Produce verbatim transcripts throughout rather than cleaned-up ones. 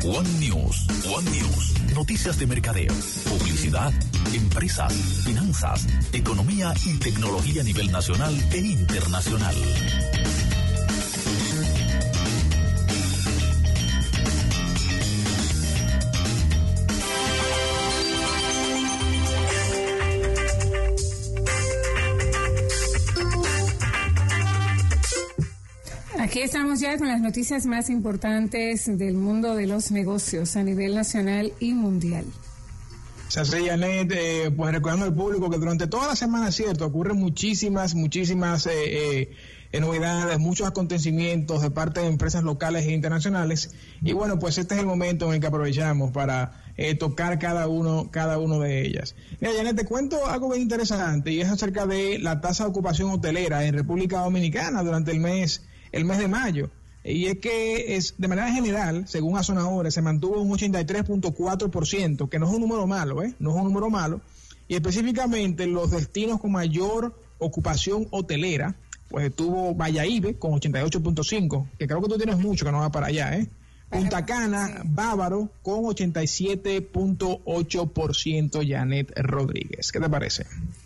One News, One News, noticias de mercadeo, publicidad, empresas, finanzas, economía y tecnología a nivel nacional e internacional. Aquí estamos ya con las noticias más importantes del mundo de los negocios a nivel nacional y mundial. Se hace, Janet, eh, pues recordando al público que durante toda la semana, cierto, ocurren muchísimas, muchísimas eh, eh, novedades, muchos acontecimientos de parte de empresas locales e internacionales. Y bueno, pues este es el momento en el que aprovechamos para eh, tocar cada uno, cada uno de ellas. Mira, Janet, te cuento algo bien interesante y es acerca de la tasa de ocupación hotelera en República Dominicana durante el mes el mes de mayo, y es que es de manera general, según Azonadora, se mantuvo un ochenta y tres punto cuatro por ciento, que no es un número malo, ¿eh? No es un número malo, y específicamente los destinos con mayor ocupación hotelera, pues estuvo Valladolid con ochenta y ocho punto cinco, que creo que tú tienes mucho que no va para allá, ¿eh? Punta Cana, sí. Bávaro con ochenta y siete punto ocho por ciento, Janet Rodríguez. ¿Qué te parece?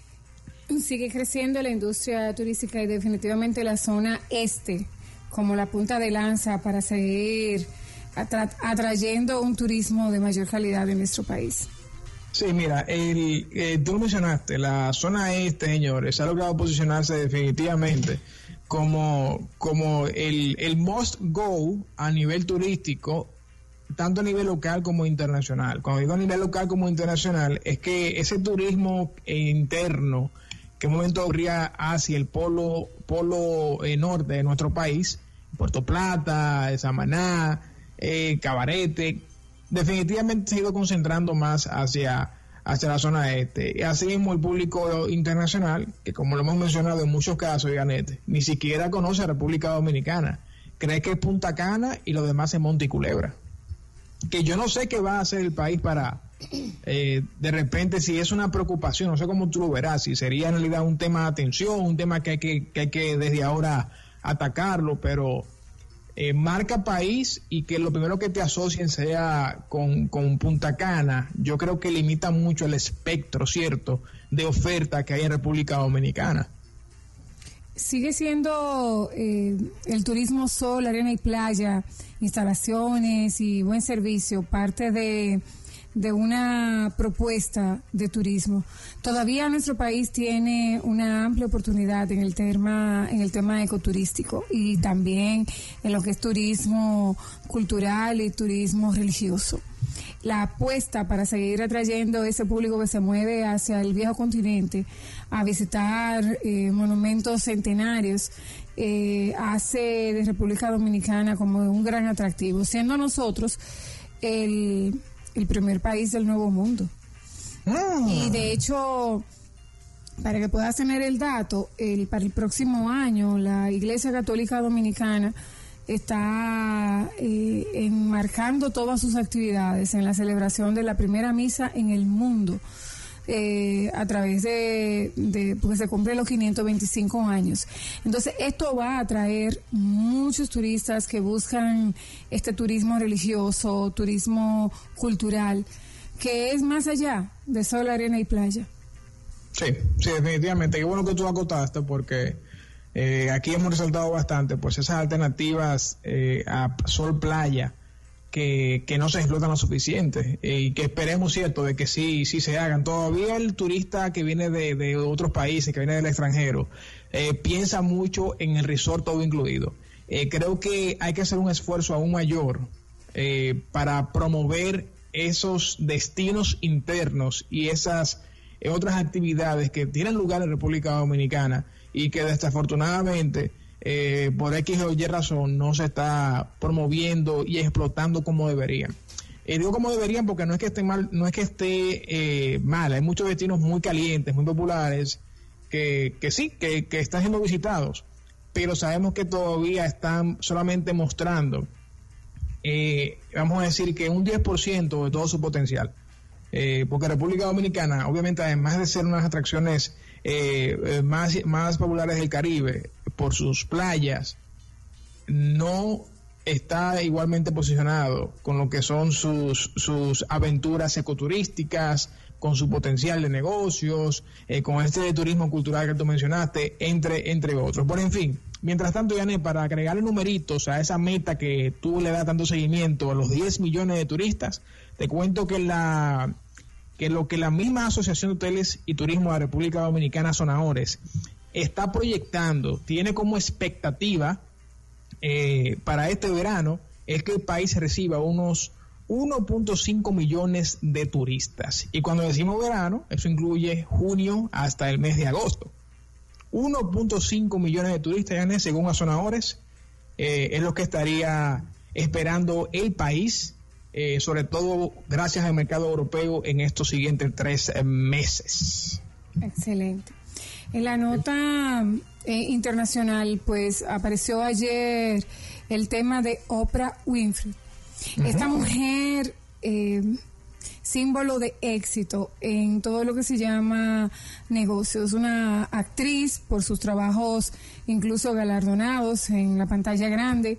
Sigue creciendo la industria turística y definitivamente la zona este como la punta de lanza para seguir atra- atrayendo un turismo de mayor calidad en nuestro país. Sí, mira, el, eh, tú lo mencionaste, la zona este, señores, ha logrado posicionarse definitivamente como, como el, el must go a nivel turístico, tanto a nivel local como internacional. Cuando digo a nivel local como internacional, es que ese turismo interno que en un momento ocurría hacia el polo polo eh, norte de nuestro país, Puerto Plata, Samaná, eh, Cabarete, definitivamente se ha ido concentrando más hacia, hacia la zona este. Y así mismo el público internacional, que como lo hemos mencionado en muchos casos, Janet, ni siquiera conoce a República Dominicana, cree que es Punta Cana y lo demás es Monte y Culebra. Que yo no sé qué va a hacer el país para, eh, de repente, si es una preocupación, no sé cómo tú lo verás, si sería en realidad un tema de atención, un tema que hay que, que, hay que desde ahora atacarlo, pero eh, marca país y que lo primero que te asocien sea con, con Punta Cana, yo creo que limita mucho el espectro, ¿cierto?, de oferta que hay en República Dominicana. Sigue siendo eh, el turismo sol, arena y playa, instalaciones y buen servicio, parte de, de una propuesta de turismo. Todavía nuestro país tiene una amplia oportunidad en el tema, en el tema ecoturístico y también en lo que es turismo cultural y turismo religioso. La apuesta para seguir atrayendo ese público que se mueve hacia el viejo continente a visitar eh, monumentos centenarios eh, hace de República Dominicana como un gran atractivo, siendo nosotros el, el primer país del Nuevo Mundo. Mm. Y de hecho, para que puedas tener el dato, el, para el próximo año la Iglesia Católica Dominicana está eh, enmarcando todas sus actividades en la celebración de la primera misa en el mundo, eh, a través de, de, porque se cumplen los quinientos veinticinco años. Entonces, esto va a atraer muchos turistas que buscan este turismo religioso, turismo cultural, que es más allá de sol, arena y playa. Sí, sí, definitivamente. Qué bueno que tú acotaste, porque Eh, aquí hemos resaltado bastante pues esas alternativas eh, a sol playa que, que no se explotan lo suficiente eh, y que esperemos, cierto, de que sí, sí se hagan. Todavía el turista que viene de, de otros países, que viene del extranjero, eh, piensa mucho en el resort todo incluido. Eh, creo que hay que hacer un esfuerzo aún mayor eh, para promover esos destinos internos y esas eh, otras actividades que tienen lugar en República Dominicana y que desafortunadamente eh, por X o Y razón no se está promoviendo y explotando como deberían. Eh, digo como deberían porque no es que esté mal, no es que esté eh, mal, hay muchos destinos muy calientes, muy populares, que, que sí, que, que están siendo visitados, pero sabemos que todavía están solamente mostrando, eh, vamos a decir que un diez por ciento de todo su potencial. Eh, porque República Dominicana, obviamente, además de ser unas atracciones eh, más, más populares del Caribe, por sus playas, no está igualmente posicionado con lo que son sus, sus aventuras ecoturísticas, con su potencial de negocios, eh, con este de turismo cultural que tú mencionaste, entre, entre otros. Bueno, en fin, mientras tanto, Yané, para agregarle numeritos a esa meta que tú le das tanto seguimiento, a los diez millones de turistas, te cuento que la que lo que la misma Asociación de Hoteles y Turismo de la República Dominicana, Sonahores, está proyectando, tiene como expectativa eh, para este verano, es que el país reciba unos uno punto cinco millones de turistas. Y cuando decimos verano, eso incluye junio hasta el mes de agosto. uno punto cinco millones de turistas, Yané, según Sonahores, eh, es lo que estaría esperando el país, eh, sobre todo gracias al mercado europeo en estos siguientes tres eh, meses. Excelente. En la nota eh, internacional, pues apareció ayer el tema de Oprah Winfrey. Uh-huh. Esta mujer, eh, símbolo de éxito en todo lo que se llama negocios, una actriz por sus trabajos incluso galardonados en la pantalla grande,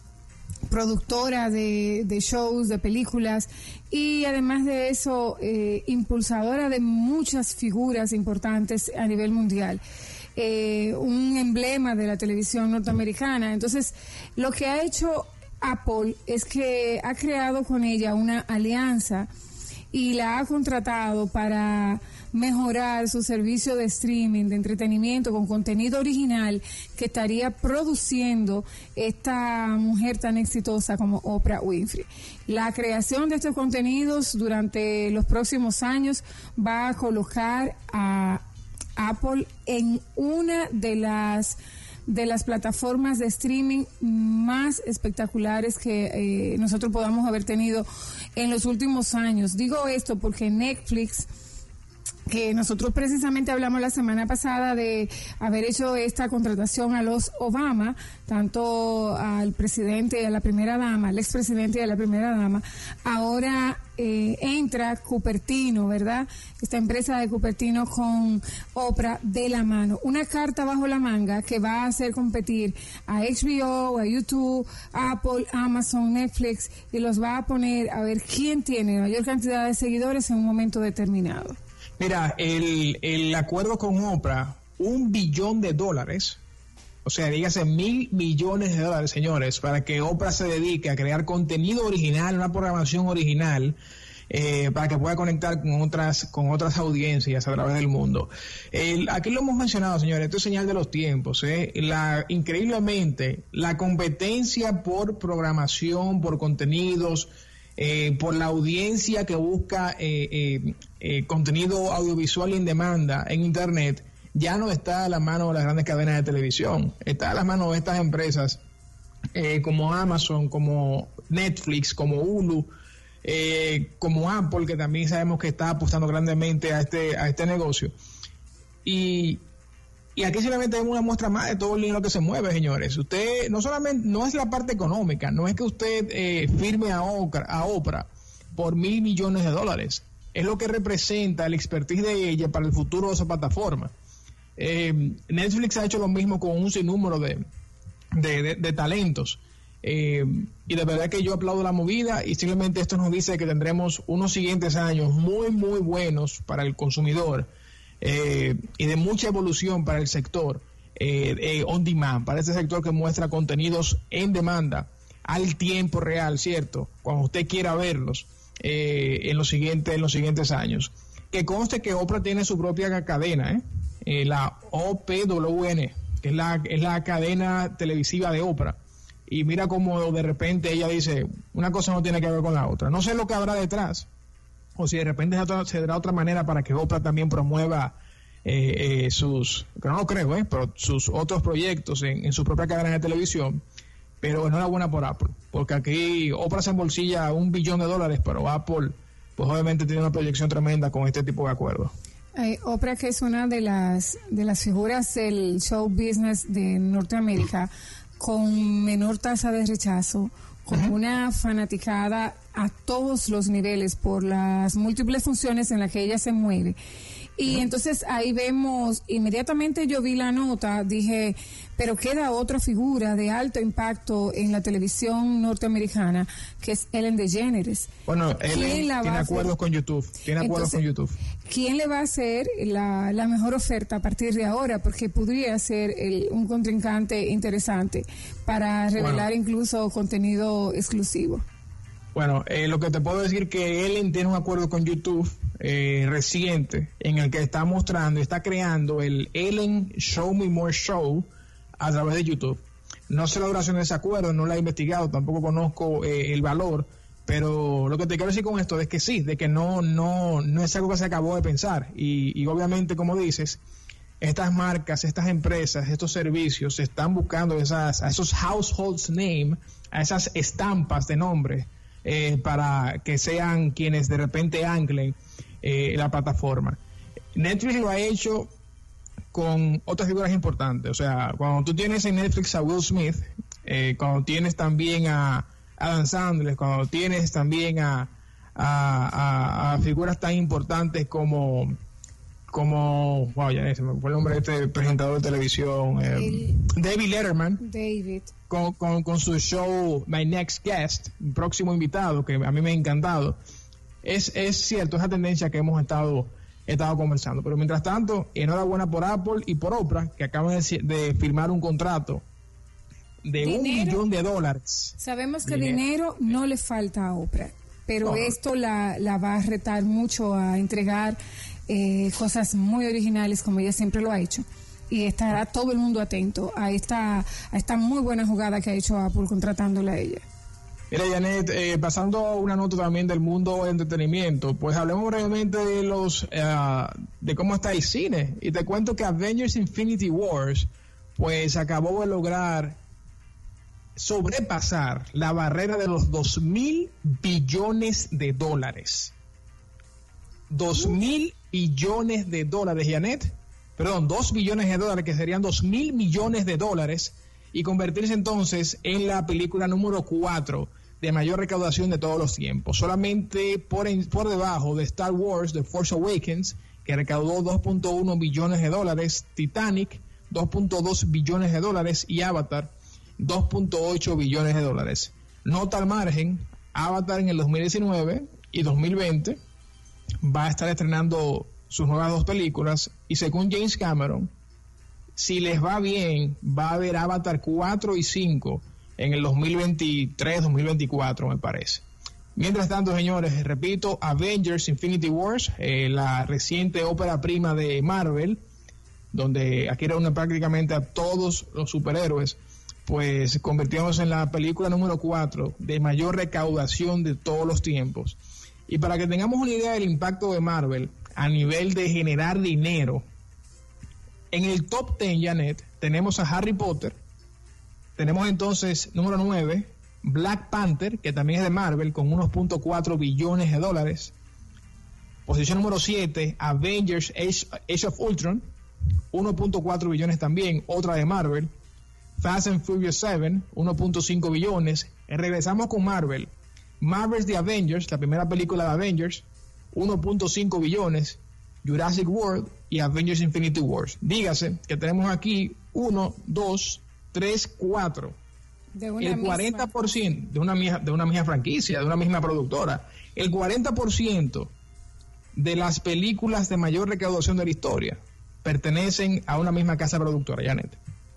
productora de, de shows, de películas, y además de eso, eh, impulsadora de muchas figuras importantes a nivel mundial. Eh, un emblema de la televisión norteamericana. Entonces, lo que ha hecho Apple es que ha creado con ella una alianza y la ha contratado para mejorar su servicio de streaming, de entretenimiento con contenido original que estaría produciendo esta mujer tan exitosa como Oprah Winfrey. La creación de estos contenidos durante los próximos años va a colocar a Apple en una de las de las plataformas de streaming más espectaculares que eh, nosotros podamos haber tenido en los últimos años. Digo esto porque Netflix, que nosotros precisamente hablamos la semana pasada de haber hecho esta contratación a los Obama, tanto al presidente y a la primera dama, al expresidente y a la primera dama, ahora eh, entra Cupertino, ¿verdad? Esta empresa de Cupertino con Oprah de la mano. Una carta bajo la manga que va a hacer competir a H B O, a YouTube, Apple, Amazon, Netflix, y los va a poner a ver quién tiene mayor cantidad de seguidores en un momento determinado. Mira, el, el acuerdo con Oprah, un billón de dólares, o sea, dígase mil millones de dólares, señores, para que Oprah se dedique a crear contenido original, una programación original, eh, para que pueda conectar con otras con otras audiencias a través del mundo. El, aquí lo hemos mencionado, señores, esto es señal de los tiempos. Eh, la, increíblemente, la competencia por programación, por contenidos, Eh, por la audiencia que busca eh, eh, eh, contenido audiovisual en demanda en Internet, ya no está a la mano de las grandes cadenas de televisión, está a la mano de estas empresas eh, como Amazon, como Netflix, como Hulu, eh, como Apple, que también sabemos que está apostando grandemente a este, a este negocio. Y Y aquí simplemente hay una muestra más de todo el dinero que se mueve, señores. Usted no solamente, no es la parte económica, no es que usted eh, firme a Oprah, a Oprah por mil millones de dólares. Es lo que representa el expertise de ella para el futuro de esa plataforma. Eh, Netflix ha hecho lo mismo con un sinnúmero de, de, de, de talentos. Eh, y de verdad que yo aplaudo la movida, y simplemente esto nos dice que tendremos unos siguientes años muy, muy buenos para el consumidor. Eh, y de mucha evolución para el sector eh, eh, on demand, para este sector que muestra contenidos en demanda al tiempo real, ¿cierto? Cuando usted quiera verlos eh, en los siguientes en los siguientes años. Que conste que Oprah tiene su propia cadena, ¿eh? Eh, la O P W N, que es la, es la cadena televisiva de Oprah. Y mira cómo de repente ella dice, una cosa no tiene que ver con la otra. No sé lo que habrá detrás, o si de repente se dará otra manera para que Oprah también promueva eh, eh, sus, que no lo creo, eh, pero sus otros proyectos en, en su propia cadena de televisión. Pero enhorabuena por Apple, porque aquí Oprah se embolsilla un billón de dólares, pero Apple, pues obviamente tiene una proyección tremenda con este tipo de acuerdos. Eh, Oprah, que es una de las de las figuras del show business de Norteamérica con menor tasa de rechazo, con uh-huh. una fanaticada a todos los niveles por las múltiples funciones en las que ella se mueve. Y uh-huh. entonces ahí vemos, inmediatamente yo vi la nota, dije, pero queda otra figura de alto impacto en la televisión norteamericana, que es Ellen DeGeneres. Bueno, Ellen tiene acuerdos con YouTube, tiene acuerdos con YouTube. ¿Quién le va a hacer la, la mejor oferta a partir de ahora? Porque podría ser el, un contrincante interesante para revelar bueno. incluso contenido exclusivo. Bueno, eh, lo que te puedo decir que Ellen tiene un acuerdo con YouTube eh, reciente en el que está mostrando, está creando el Ellen Show Me More Show a través de YouTube. No sé la duración de ese acuerdo, no la he investigado, tampoco conozco eh, el valor, pero lo que te quiero decir con esto es que sí, de que no no no es algo que se acabó de pensar y, y obviamente, como dices, estas marcas, estas empresas, estos servicios están buscando esas, a esos households name, a esas estampas de nombre eh, para que sean quienes de repente anclen eh, la plataforma. Netflix lo ha hecho con otras figuras importantes, o sea, cuando tú tienes en Netflix a Will Smith, eh, cuando tienes también a Adam Sandler, cuando tienes también a, a, a, a figuras tan importantes como como, wow, ya se me fue el nombre de este presentador de televisión, eh, el, David Letterman, David, con, con, con su show My Next Guest, próximo invitado, que a mí me ha encantado. Es, es cierto, esa tendencia que hemos estado He estado conversando, pero mientras tanto, enhorabuena por Apple y por Oprah, que acaban de, de firmar un contrato de ¿Dinero? un millón de dólares. Sabemos que dinero, dinero no le falta a Oprah, pero no. esto la, la va a retar mucho a entregar eh, cosas muy originales, como ella siempre lo ha hecho, y estará todo el mundo atento a esta, a esta muy buena jugada que ha hecho Apple contratándola a ella. Mira, Janet, eh, pasando a una nota también del mundo del entretenimiento, pues hablemos brevemente de los uh, de cómo está el cine. Y te cuento que Avengers Infinity Wars, pues acabó de lograr sobrepasar la barrera de los dos mil billones de dólares. Dos mil billones de dólares, Janet. Perdón, dos billones de dólares, que serían dos mil millones de dólares, y convertirse entonces en la película número cuatro de mayor recaudación de todos los tiempos, solamente por, en, por debajo de Star Wars The Force Awakens, que recaudó dos punto uno billones de dólares, Titanic dos punto dos billones de dólares y Avatar dos punto ocho billones de dólares. Nota al margen, Avatar en el dos mil diecinueve y dos mil veinte va a estar estrenando sus nuevas dos películas, y según James Cameron, si les va bien, va a haber Avatar cuatro y cinco en el dos mil veintitrés, dos mil veinticuatro, me parece. Mientras tanto, señores, repito, Avengers Infinity Wars, eh, la reciente ópera prima de Marvel, donde aquí reúne prácticamente a todos los superhéroes, pues convirtiéndose en la película número cuatro de mayor recaudación de todos los tiempos. Y para que tengamos una idea del impacto de Marvel a nivel de generar dinero, en el top diez, Janet, tenemos a Harry Potter. Tenemos entonces, número nueve, Black Panther, que también es de Marvel, con uno punto cuatro billones de dólares. Posición número siete, Avengers Age, Age of Ultron, uno punto cuatro billones también, otra de Marvel. Fast and Furious siete, uno punto cinco billones. Regresamos con Marvel. Marvel's The Avengers, la primera película de Avengers, uno punto cinco billones. Jurassic World y Avengers Infinity Wars. Dígase que tenemos aquí uno, dos, tres, cuatro. De una el cuarenta por ciento misma. de una misma, de una misma franquicia, de una misma productora. El cuarenta por ciento de las películas de mayor recaudación de la historia pertenecen a una misma casa productora, Janet.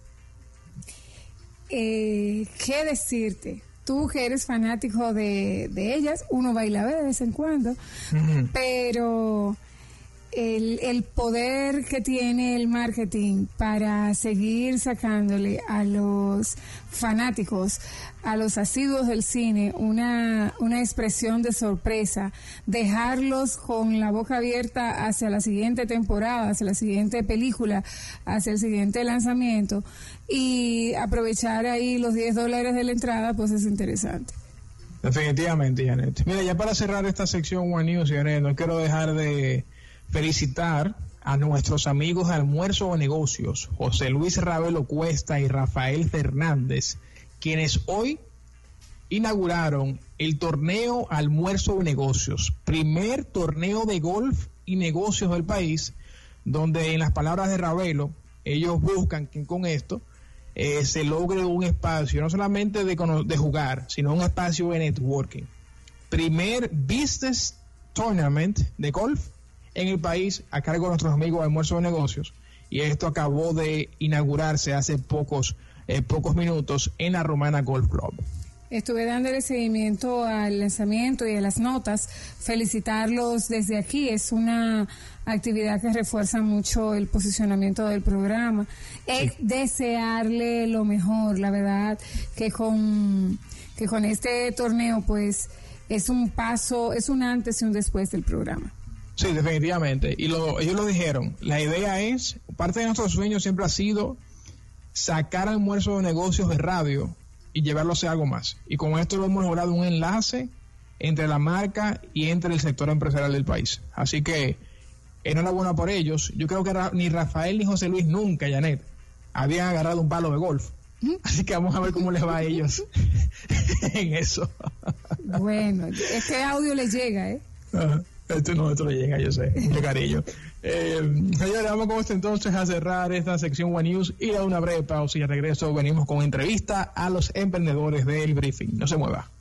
Eh, ¿Qué decirte? Tú que eres fanático de, de ellas, uno va y la ve de vez en cuando, uh-huh. pero el, el poder que tiene el marketing para seguir sacándole a los fanáticos, a los asiduos del cine, una, una expresión de sorpresa, dejarlos con la boca abierta hacia la siguiente temporada, hacia la siguiente película, hacia el siguiente lanzamiento, y aprovechar ahí los diez dólares de la entrada, pues es interesante. Definitivamente, Janet. Mira, ya para cerrar esta sección One News, Janet, no quiero dejar de felicitar a nuestros amigos de Almuerzo o Negocios, José Luis Ravelo Cuesta y Rafael Fernández, quienes hoy inauguraron el torneo Almuerzo o Negocios, primer torneo de golf y negocios del país, donde en las palabras de Ravelo, ellos buscan que con esto eh, se logre un espacio, no solamente de, de jugar, sino un espacio de networking. Primer business tournament de golf en el país a cargo de nuestros amigos de Almuerzo de Negocios, y esto acabó de inaugurarse hace pocos, eh, pocos minutos en la Romana Golf Club. Estuve dándole seguimiento al lanzamiento y a las notas. Felicitarlos desde aquí. Es una actividad que refuerza mucho el posicionamiento del programa. Es sí. Desearle lo mejor, la verdad, que con, que con este torneo, pues, es un paso, es un antes y un después del programa. Sí, definitivamente. Y lo, ellos lo dijeron. La idea es, parte de nuestro sueño siempre ha sido sacar Almuerzo de Negocios de radio y llevarlo hacia algo más. Y con esto lo hemos logrado un enlace entre la marca y entre el sector empresarial del país. Así que enhorabuena por ellos. Yo creo que ni Rafael ni José Luis nunca, Janet, habían agarrado un palo de golf. Así que vamos a ver cómo les va a ellos en eso. Bueno, este audio les llega, ¿eh? Ajá. Esto no, esto le llega, yo sé, mucho cariño. Eh, señores, vamos con esto entonces a cerrar esta sección One News y a una breve pausa y al regreso venimos con entrevista a los emprendedores del briefing. No se mueva.